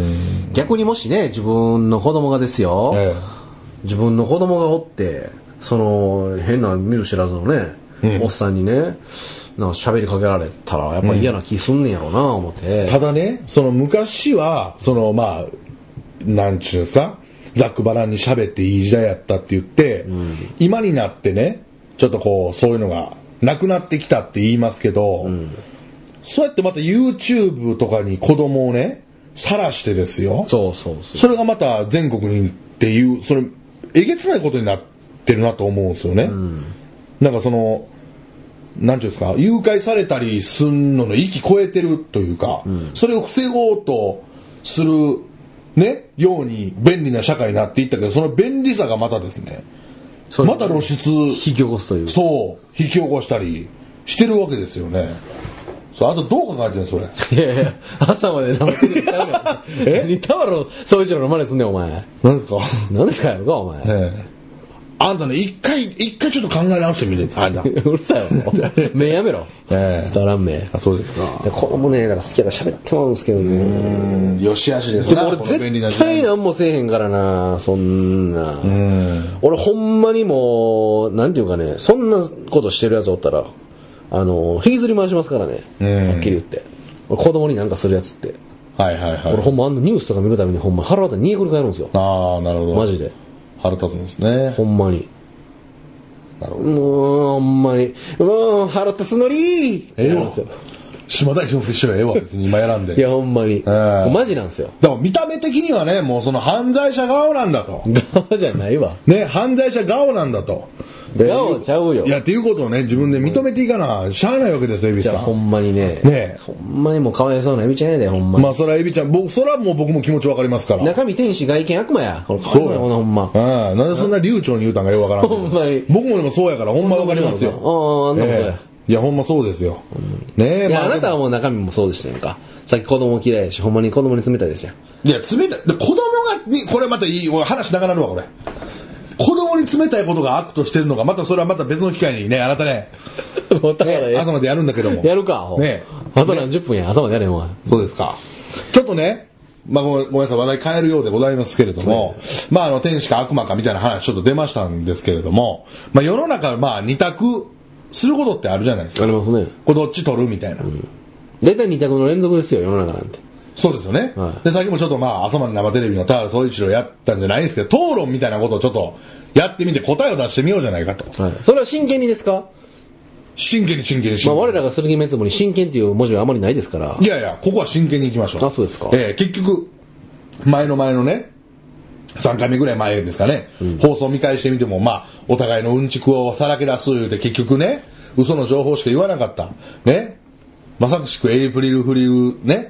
逆にもしね、自分の子供がですよ、自分の子供がおって、変な見る知らずのね、おっさんにね、なんか喋りかけられたらやっぱ嫌な気すんねんやろうな思って。 ただね、昔はなんちゅうんですか、ざっくばらんに喋っていい時代やったって言って、今になってね、ちょっとそういうのがなくなってきたって言いますけど、そうやってまた YouTube とかに子供をね晒してですよ。それがまた全国にっていう、それえげつないことになってるなと思うんですよね。なんかなんていうんですか、誘拐されたりすんのの域超えてるというか、それを防ごうとするねように便利な社会になっていったけど、その便利さがまたですね、また露出引き起こすという、 引き起こしたりしてるわけですよね。あとどう考えてんのそれ。 いや朝まで生テレビちゃうから似たわろそういう人の真似すんねんお前。 何ですかやろかお前。 あんたね、一回ちょっと考え直してみて。 うるさいよ。目やめろ。伝わらん目。 そうですか。 子供ね、だから好きやから喋ってもらうんですけどね。 よしあしですな。 俺絶対なんもせえへんからな、そんな。俺ほんまにもう、なんていうかね、そんなことしてるやつおったら、引きずり回しますからね。はっきり言って。俺子供になんかするやつって。俺ほんまニュースとか見るためにほんま腹渡り逃げくり返るんですよ。 なるほど。 マジで。 腹立つんですね。 ほんまに。 なるほど。 もうほんまに。もう腹立つのりー。 島田一緒や別に今選んで。 いやほんまに。マジなんですよ。 でも見た目的にはね、もう犯罪者顔なんだと。 顔じゃないわ。 ね、犯罪者顔なんだと。 顔ちゃうよ。 いやっていうことをね、自分で認めていかなしゃあないわけですよ、エビちゃん。 ほんまにね。ほんまにもうかわいそうなエビちゃんやで、ほんまに。 それはエビちゃん、それはもう僕も気持ちわかりますから。 中身天使外見悪魔や。これかわいそうやほんま。 なんでそんな流暢に言うたんかよくわからん。 ほんまに。 僕もでもそうやから、ほんまわかりますよ。いやほんまそうですよ。ねえ。あなたはもう中身もそうでしたやんか。さっき子供嫌いやし、ほんまに子供に冷たいですよ。 いや、冷たい。子供が、これまたいい、話長なるわ、これ。子供に冷たいことが悪としてるのか、またそれはまた別の機会にね、あなたね。朝までやるんだけども。 やるか。ねあと何十分や、朝までやれんわ。 そうですか。ちょっとね、ごめんなさい、話題変えるようでございますけれども、天使か悪魔かみたいな話ちょっと出ましたんですけれども、世の中、二択することってあるじゃないですか。 ありますね。 これどっち取るみたいな。 大体二択の連続ですよ、世の中なんて。 そうですよね。で、さっきもちょっと朝まで生テレビの田原総一郎やったんじゃないですけど、討論みたいなことをちょっとやってみて答えを出してみようじゃないかと。 それは真剣にですか？ 真剣に。 我らが剣滅亡に真剣っていう文字はあまりないですから。 いや、ここは真剣に行きましょう。 そうですか。 結局、前のね、3回目ぐらい前ですかね、放送見返してみても、お互いのうんちくをさらけ出す言うて結局ね、嘘の情報しか言わなかった。ね。まさしくエイプリルフリルね。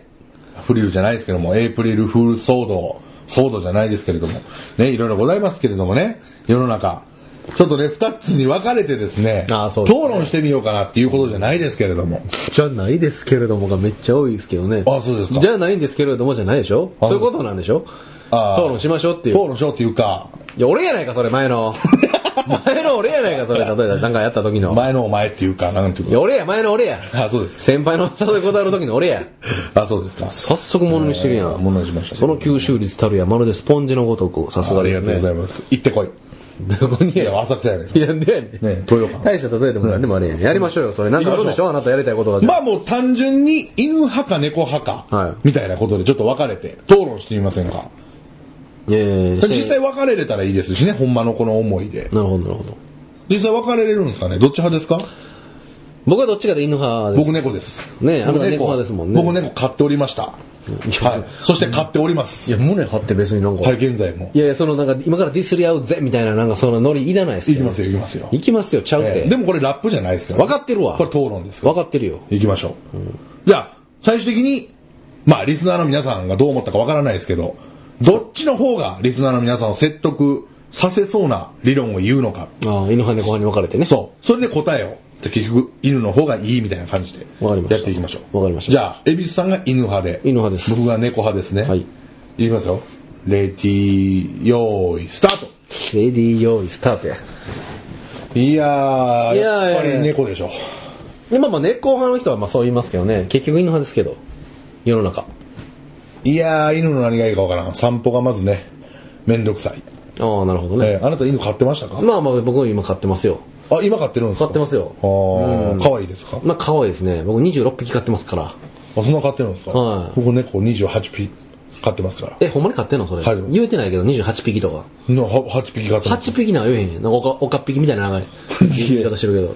フリルじゃないですけども、エイプリルフール騒動じゃないですけれども、ね、いろいろございますけれどもね、世の中。ちょっとね、二つに分かれてですね、討論してみようかなっていうことじゃないですけれども。 じゃないですけれどもがめっちゃ多いですけどね。 あ、そうですか。 じゃないんですけれどもじゃないでしょ。そういうことなんでしょ。討論しましょうっていう。 討論しようっていうか。 いや、俺やないか、それ、前の俺やないか、それ、例えば、なんかやった時の。 前のお前っていうか、なんていうか。 いや、俺や、前の俺や。 あ、そうです。 先輩の誘い断る時の俺や。 あ、そうですか。 早速物にしてるやん。 物にしました。 その吸収率たるや、まるでスポンジのごとく、さすがですね。 ありがとうございます。行ってこい。 どこにや。 いや、浅草やねん。いや、でやねん。 ね、豊川。 大した例えでもなんでもあれやん。やりましょうよ、それ。なんかあるでしょ、あなたやりたいことが。 まあもう単純に犬派か猫派か。 はい。 みたいなことでちょっと分かれて、討論してみませんか。実際分かれれたらいいですしね、ほんまのこの思いで。 なるほど、なるほど。 実際分かれれるんですかね。どっち派ですか。 僕はどっちかで犬派です。 僕猫です。 ね、あなた猫派ですもんね。 僕猫飼っておりました。はい。そして飼っております。 いや、胸張って別になんか。 はい、現在も。 いやいや、そのなんか今からディスり合うぜみたいななんかそのノリいらないですけど。 行きますよ、行きますよ。 行きますよ、ちゃうって。 でもこれラップじゃないですから。 分かってるわ。 これ討論です。 分かってるよ。 行きましょう。じゃあ、最終的に、まあ、リスナーの皆さんがどう思ったか分からないですけど、どっちの方がリスナーの皆さんを説得させそうな理論を言うのか。 ああ、犬派猫派に分かれてね。 そう。それで答えを。結局、犬の方がいいみたいな感じで。やっていきましょう。 わかりました。 じゃあ、恵比寿さんが犬派で。 犬派です。 僕が猫派ですね。 はい。 いきますよ。レディー、ヨーイ、スタート。 レディー、ヨーイ、スタートや。 いやー、やっぱり猫でしょ。 まあ猫派の人はまあそう言いますけどね。結局犬派ですけど。世の中。 いやー、犬の何がいいかわからん。散歩がまずね、めんどくさい。 ああ、なるほどね。 あなた犬飼ってましたか。 まあ僕は今飼ってますよ。 あ、今飼ってるんですか。 飼ってますよ。 可愛いですか。 まあ可愛いですね。僕26匹飼ってますから。 あ、そんな飼ってるんですか。 はい。 僕猫28匹飼ってますから。 ほんまに飼ってんのそれ。はい。言うてないけど28匹とか。 8匹飼ってます。 8匹なんか言えへん。なんかおかっぴきみたいな長い言い方してるけど。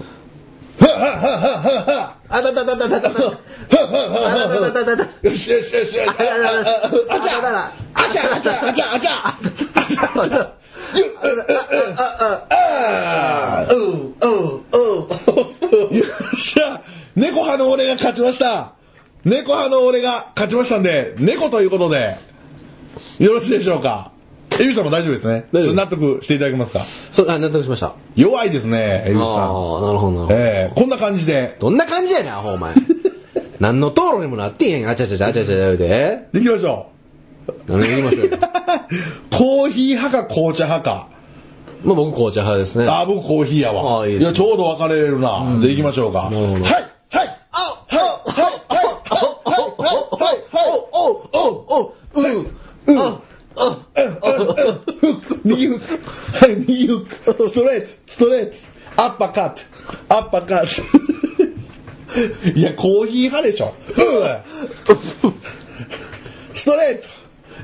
あたたたたたたた。 よしよしよし。あちゃあちゃあちゃあちゃあちゃ。よっしゃ、猫派の俺が勝ちました。猫派の俺が勝ちましたんで、猫ということでよろしいでしょうか。エビさんも大丈夫ですね。納得していただけますか。 そう、納得しました。 弱いですね、エビさん。 ああ、なるほど。 こんな感じで。 どんな感じやねん、アホお前。何の討論にもなってへん。あちゃちゃちゃあちゃちゃ言うて。 行きましょう。 何行きましょう。 コーヒー派か紅茶派か。 まあ僕紅茶派ですね。 あ、僕コーヒーやわ。 あ、いいですね。 いや、ちょうど分かれるな。で、行きましょうか。 なるほど。 はい、はい、右フック、はい、右フック、ストレート、ストレート、アッパーカット、アッパーカット。いや、コーヒー派でしょ。ストレート。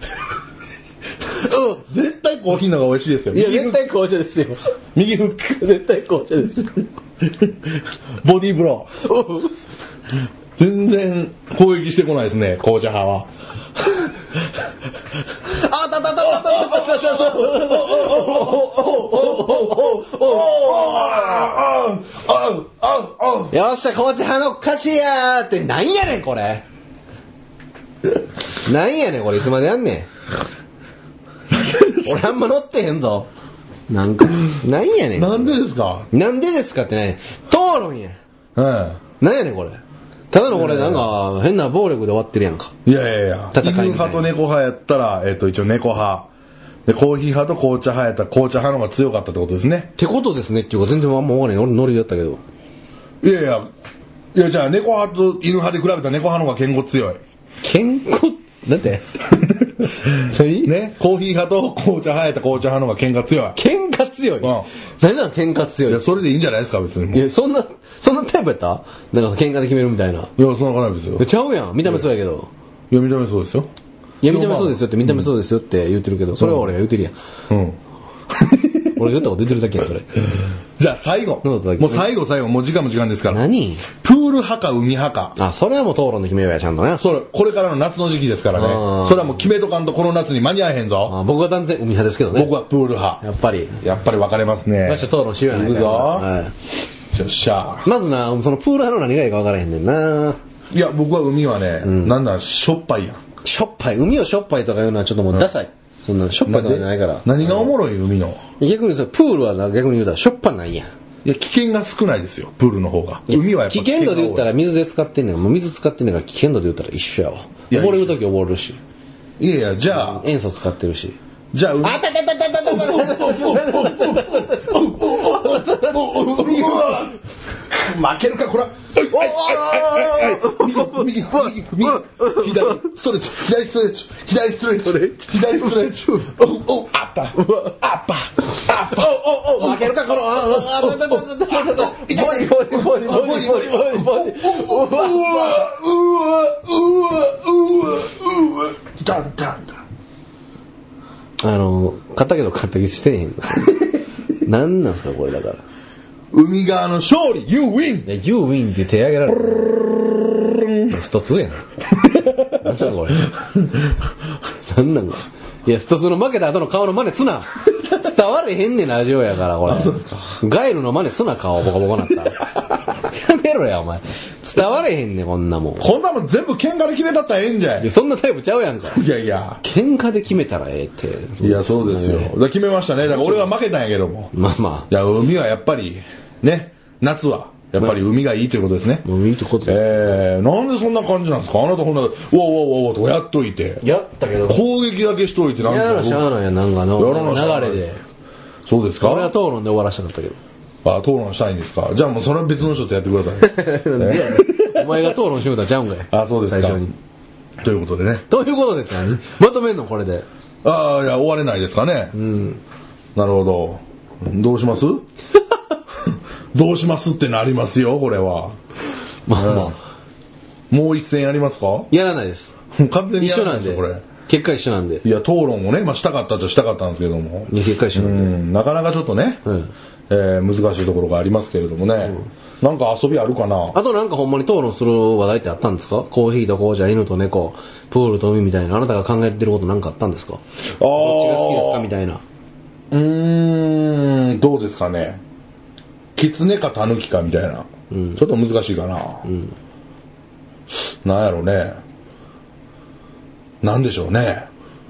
絶対コーヒーの方が美味しいですよ。 いや、絶対紅茶ですよ。 右フック、 絶対紅茶です。 ボディーブロー。全然攻撃してこないですね、紅茶派は。 あたたたたたたよっしゃ、紅茶派の勝ちやーって、なんやねん、これ。なんやねん、これ、いつまでやんねん。俺あんま乗ってへんぞ。なんか、なんやねん。 なんでですか。 なんでですかってね、討論や。なんやねん、これ。ただのこれなんか変な暴力で終わってるやんか。 いやいやいや。犬派と猫派やったら、一応猫派。で、コーヒー派と紅茶派やったら紅茶派の方が強かったってことですね。 ってことですねっていうか全然あんま分からない。俺ノリだったけど。 いやいや。いや、じゃあ猫派と犬派で比べたら猫派の方が健康強い。 健康なんてね、コーヒー派と紅茶派やったら紅茶派の方が喧嘩強い。 喧嘩強い、何なの喧嘩強い。 いや、それでいいんじゃないですか、別に。 いや、そんなタイプやったなんか喧嘩で決めるみたいな。いや、 そんな感じですよ。 ちゃうやん。見た目そうやけど。 いや、見た目そうですよ。 いや、見た目そうですよって見た目そうですよって言ってるけど、それは俺が言ってるやん。俺が言ったこと言ってるだけやん、それ。 じゃあ最後。もう最後、もう時間も時間ですから。 何プール派か海派か。 あ、それはもう討論で決めようや、ちゃんとね。 これからの夏の時期ですからね。それはもう決めとかんとこの夏に間に合えへんぞ。 僕は断然海派ですけどね。 僕はプール派。 やっぱり分かれますね。 よっしゃ、討論しようやないか。 いくぞ。 はい。 よっしゃ。 まずな、そのプール派の何がいいか分からへんねんな。 いや、僕は海はね、なんだ、しょっぱいやん。 しょっぱい。海をしょっぱいとかいうのはちょっともうダサい。そんなしょっぱいとかじゃないから。 何がおもろい海の。 逆にさ、プールは逆に言うたらしょっぱないやん。 いや、危険が少ないですよ、プールの方が。海はやっぱ危険度で言ったら水で使ってんねん。もう水使ってんねんから危険度で言ったら一緒やわ。溺れるとき溺れるし。 いやいや、じゃあ。 塩素使ってるし。 じゃあ、 あたたたたたたた負けるか、こら。右、左ストレッチ、左ストレッチ、左ストレッチ、左ストレッチ。あった。負けるか、この。買ったけど買った気してへん。なんなんすかこれだから。 海側の勝利 You win! You win って手上げられる。スト2やん。なんだこれ。なんなんか。いや、スト2の負けた後の顔の真似すな。伝われへんねんラジオやからこれ。ガイルの真似すな顔ボコボコなったら。やめろやお前。伝われへんねんこんなもん。 こんなもん全部喧嘩で決めたったらええんじゃい。 いやそんなタイプちゃうやんか。 いやいや。 喧嘩で決めたらええって。 いやそうですよ。だ決めましたね。だから俺は負けたんやけども。 まあまあ。いや海はやっぱりね夏は。やっぱり海がいいということですね。 海いいということです。 なんでそんな感じなんですか。あなたこんなうわとかやっといて。 やったけど。 攻撃だけしといてなんか。やらなしゃあないやなんかの流れで。 そうですか。 俺は討論で終わらしたかったけど。 あ、討論したいんですか。じゃあもうそれは別の人とやってください。お前が討論しようたらちゃうんかい。 あ、そうですか。最初に。ということでね。 ということでって何？まとめんのこれで。 ああ、いや終われないですかね。なるほど。どうします？どうしますってなりますよこれは。 まあまあ。 もう一戦やりますか？ やらないです。 完全にやらないですよこれ。 結果一緒なんで。 いや討論をね、まあしたかったっちゃしたかったんですけども。 いや結果一緒なんで。 なかなかちょっとね、難しいところがありますけれどもね。なんか遊びあるかな。 あとなんかほんまに討論する話題ってあったんですか？コーヒーと紅茶、犬と猫、プールと海みたいなあなたが考えてることなんかあったんですか？どっちが好きですかみたいな。 どうですかね。狐か狸かみたいな、ちょっと難しいかな、なんやろうね。なんでしょうね。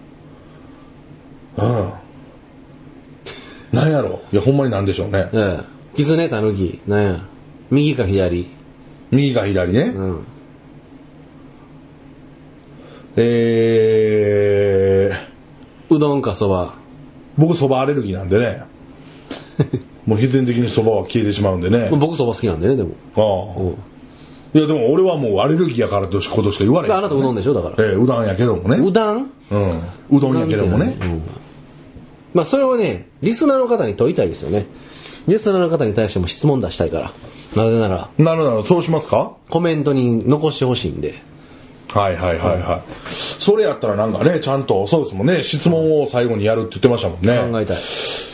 なんやろう。いやほんまになんでしょうね。 狐狸なんや。右か左。 右か左ね。 うどんかそば。 僕そばアレルギーなんでね。もう必然的にそばは消えてしまうんでね。 僕そば好きなんでねでも。 いやでも俺はもうアレルギーやからってことしか言われへん、 あなたうどんでしょだから。 うどんやけどもね。 うどん？ うどんやけどもね。 まあそれをねリスナーの方に問いたいですよね。リスナーの方に対しても質問出したいから。なぜなら。 なるほどそうしますか。 コメントに残してほしいんで。 はい。それやったらなんかねちゃんとそうですもんね。質問を最後にやるって言ってましたもんね。 考えたい。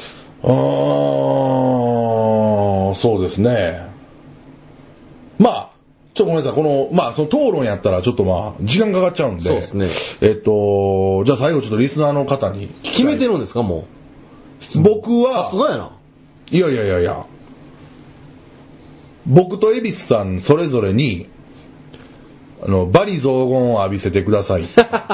そうですね。まあごめんなさい。このその討論やったらちょっと時間かかっちゃうんで。 そうですね。 じゃあ最後ちょっとリスナーの方に決めてるんですかもう。僕はさすがやな。 いや。僕と恵比寿さんそれぞれに罵詈雑言を浴びせてください。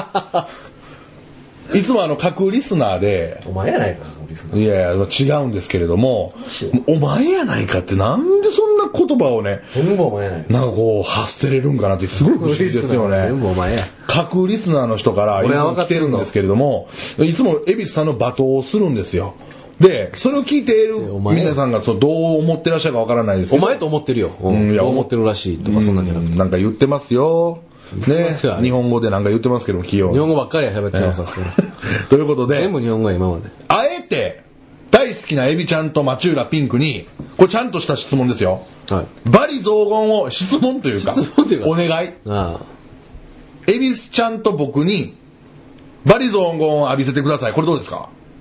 いつも各リスナーでお前やないかリスナー。 いや違うんですけれどもお前やないかってなんでそんな言葉をね全部お前やないかなんかこう発せれるんかなってすごい不思議ですよね。 全部お前や。 各リスナーの人からいつも来てるんですけれどもいつも恵比寿さんの罵倒をするんですよ。でそれを聞いている皆さんがどう思ってらっしゃるかわからないですけどお前と思ってるよ。どう思ってるらしいとかそんなんじゃなくてなんか言ってますよね。日本語でなんか言ってますけども日本語ばっかりは喋ってますということで全部日本語は今まであえて大好きなエビちゃんと町浦ピンクにこれちゃんとした質問ですよ。罵詈雑言を質問というかお願い。恵比寿ちゃんと僕に罵詈雑言を浴びせてください。これどうですか。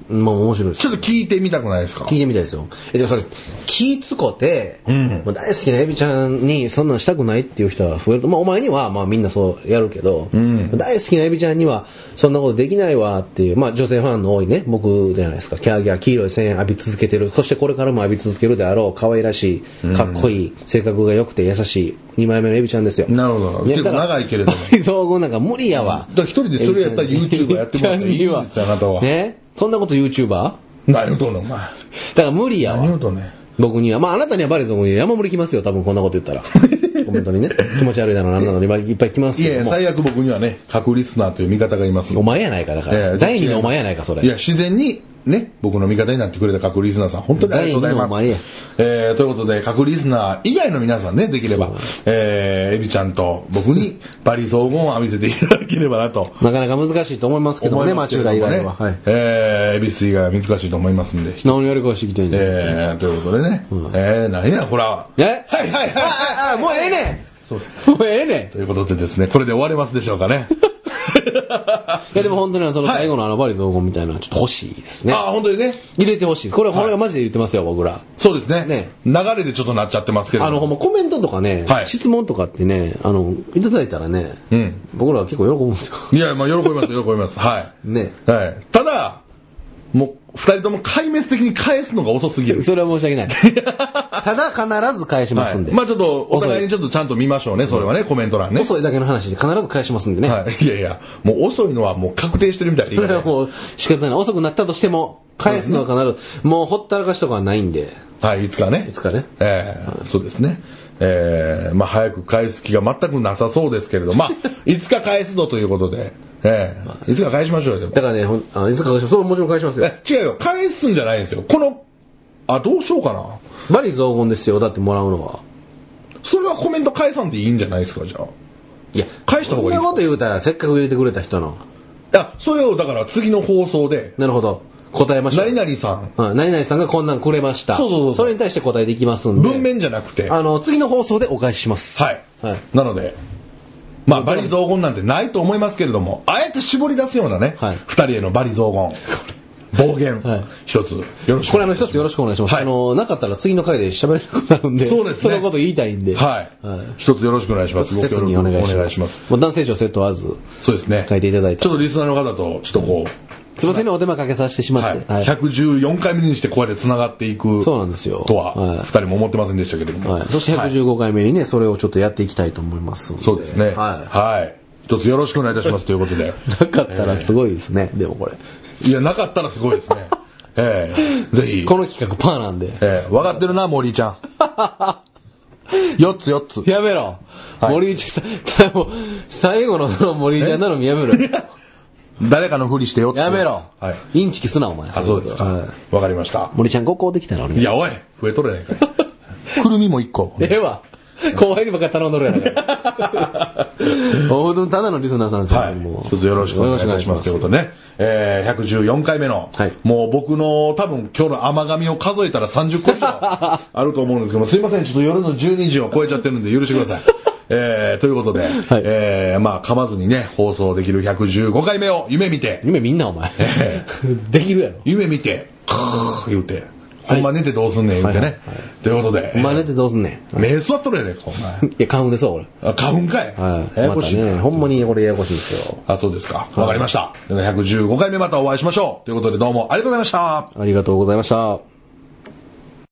まあ面白いです。 ちょっと聞いてみたくないですか？ 聞いてみたいですよ。でもそれ、気つこて、もう大好きなエビちゃんにそんなんしたくないっていう人は増えると、まあお前にはまあみんなそうやるけど、大好きなエビちゃんにはそんなことできないわっていう、まあ女性ファンの多いね、僕じゃないですか、キャーギャー黄色い線浴び続けてる、そしてこれからも浴び続けるであろう、可愛らしい、かっこいい、性格が良くて優しい、2枚目のエビちゃんですよ。 なるほど。結構長いけれども。 造語なんか無理やわ。 だから一人でそれやったら YouTuber やってもらったらいいんですよ、あなたは。 ね、そんなこと YouTuber？ 何言うとんねん、お前。 だから無理やわ。 何言うとんねん。 僕には。まああなたにはバリゾンに山盛り来ますよ、多分こんなこと言ったら。コメントにね。気持ち悪いだろうなんなのにいっぱい来ますけども。 いや、最悪僕にはね、核リスナーという味方がいます。 お前やないか、だから。第二のお前やないか、それ。 いや、自然に、ね、僕の味方になってくれた核リスナーさん、本当にありがとうございます。ということで、核リスナー以外の皆さんね、できれば、エビちゃんと僕にバリ荘厳を浴びせていただければなと。 なかなか難しいと思いますけどもね、町浦以外は。はい。 エビス以外は難しいと思いますんで。 何やりかしてきてんじゃん。ということでね、何や、ほら。 はいはいはい。もうええねん。もうええねん。 ということでですね、これで終われますでしょうかね。 いやでも本当にその最後のバリ雑言みたいなのちょっと欲しいですね。 ああ、本当にね。 入れてほしいです。これはマジで言ってますよ、僕ら。 そうですね。流れでちょっとなっちゃってますけど。 ほんまコメントとかね、質問とかってね、いただいたらね、僕らは結構喜ぶんですよ。 いや、まあ喜びます、喜びます。はい。ね。はい。ただ、もう、二人とも壊滅的に返すのが遅すぎる。 それは申し訳ない。ただ必ず返しますんで。 まあちょっと、お互いにちょっとちゃんと見ましょうね、それはね、コメント欄ね。 遅いだけの話で必ず返しますんでね。 はい。いやいや、もう遅いのはもう確定してるみたいで。 それはもう仕方ない。遅くなったとしても、返すのは必ず、もうほったらかしとかはないんで。 はい、いつかね。 いつかね。 そうですね。まあ早く返す気が全くなさそうですけれど、まあ、いつか返すぞということで。いつか返しましょうよ、でも。 だからね、いつか返します。そう、もちろん返しますよ。 違うよ、返すんじゃないんですよ。どうしようかな。 バリ雑言ですよ、だってもらうのは。 それはコメント返さんでいいんじゃないですか、じゃあ。 いや、 返した方がいいですか。 そんなこと言うたら、せっかく入れてくれた人の。 それをだから次の放送で。 なるほど。答えましょう。 何々さん。 何々さんがこんなんくれました。そうそれに対して答えていきますんで。 文面じゃなくて。 次の放送でお返しします。 はい。なので、まあ、バリ雑言なんてないと思いますけれども、あえて絞り出すようなね、二人へのバリ雑言、暴言、一つ、よろしく。 これ一つよろしくお願いします。なかったら次の回で喋れなくなるんで、 そうですね。 そのこと言いたいんで。 はい。一つよろしくお願いします。 ご協力お願いします。男性女性問わず、 そうですね。 書いていただいて。 ちょっとリスナーの方と、ちょっとすいませんね、お手間かけさせてしまって。 114回目にしてこうやって繋がっていく。 そうなんですよ。 とは、二人も思ってませんでしたけれども。 そして115回目にね、それをちょっとやっていきたいと思います。 そうですね。はい。一つよろしくお願いいたしますということで。 なかったらすごいですね、でもこれ。 いや、なかったらすごいですね。ぜひ。 この企画パーなんで。 分かってるな、森ちゃん。4つ。 やめろ。森ちゃん、最後のその森ちゃんなのやめろ。 誰かのふりしてよって。 やめろ。インチキすな、お前。 そうですか。わかりました。 森ちゃん、5個できたら俺。 いや、おい、増えとるやないかい。くるみも1個。 ええわ。後輩にばっかり頼んどるやないかい。本当にただのリスナーさんですよ。 一つよろしくお願いいたしますということでね。114回目の、もう僕の多分今日の甘噛みを数えたら30個以上あると思うんですけども、すいません、ちょっと夜の12時を超えちゃってるんで許してください。ということで、まあ噛まずにね、放送できる115回目を夢見て。 夢みんなお前。できるやろ。 夢見て、言うて。ほんま寝てどうすんねん言うてね。ということで。 ほんま寝てどうすんねん。目座っとるやねんか、お前。 いや、花粉ですわ、俺。 花粉かい。 ややこしいね。ほんまにこれややこしいですよ。 そうですか。わかりました。115回目またお会いしましょう。ということでどうもありがとうございました。 ありがとうございました。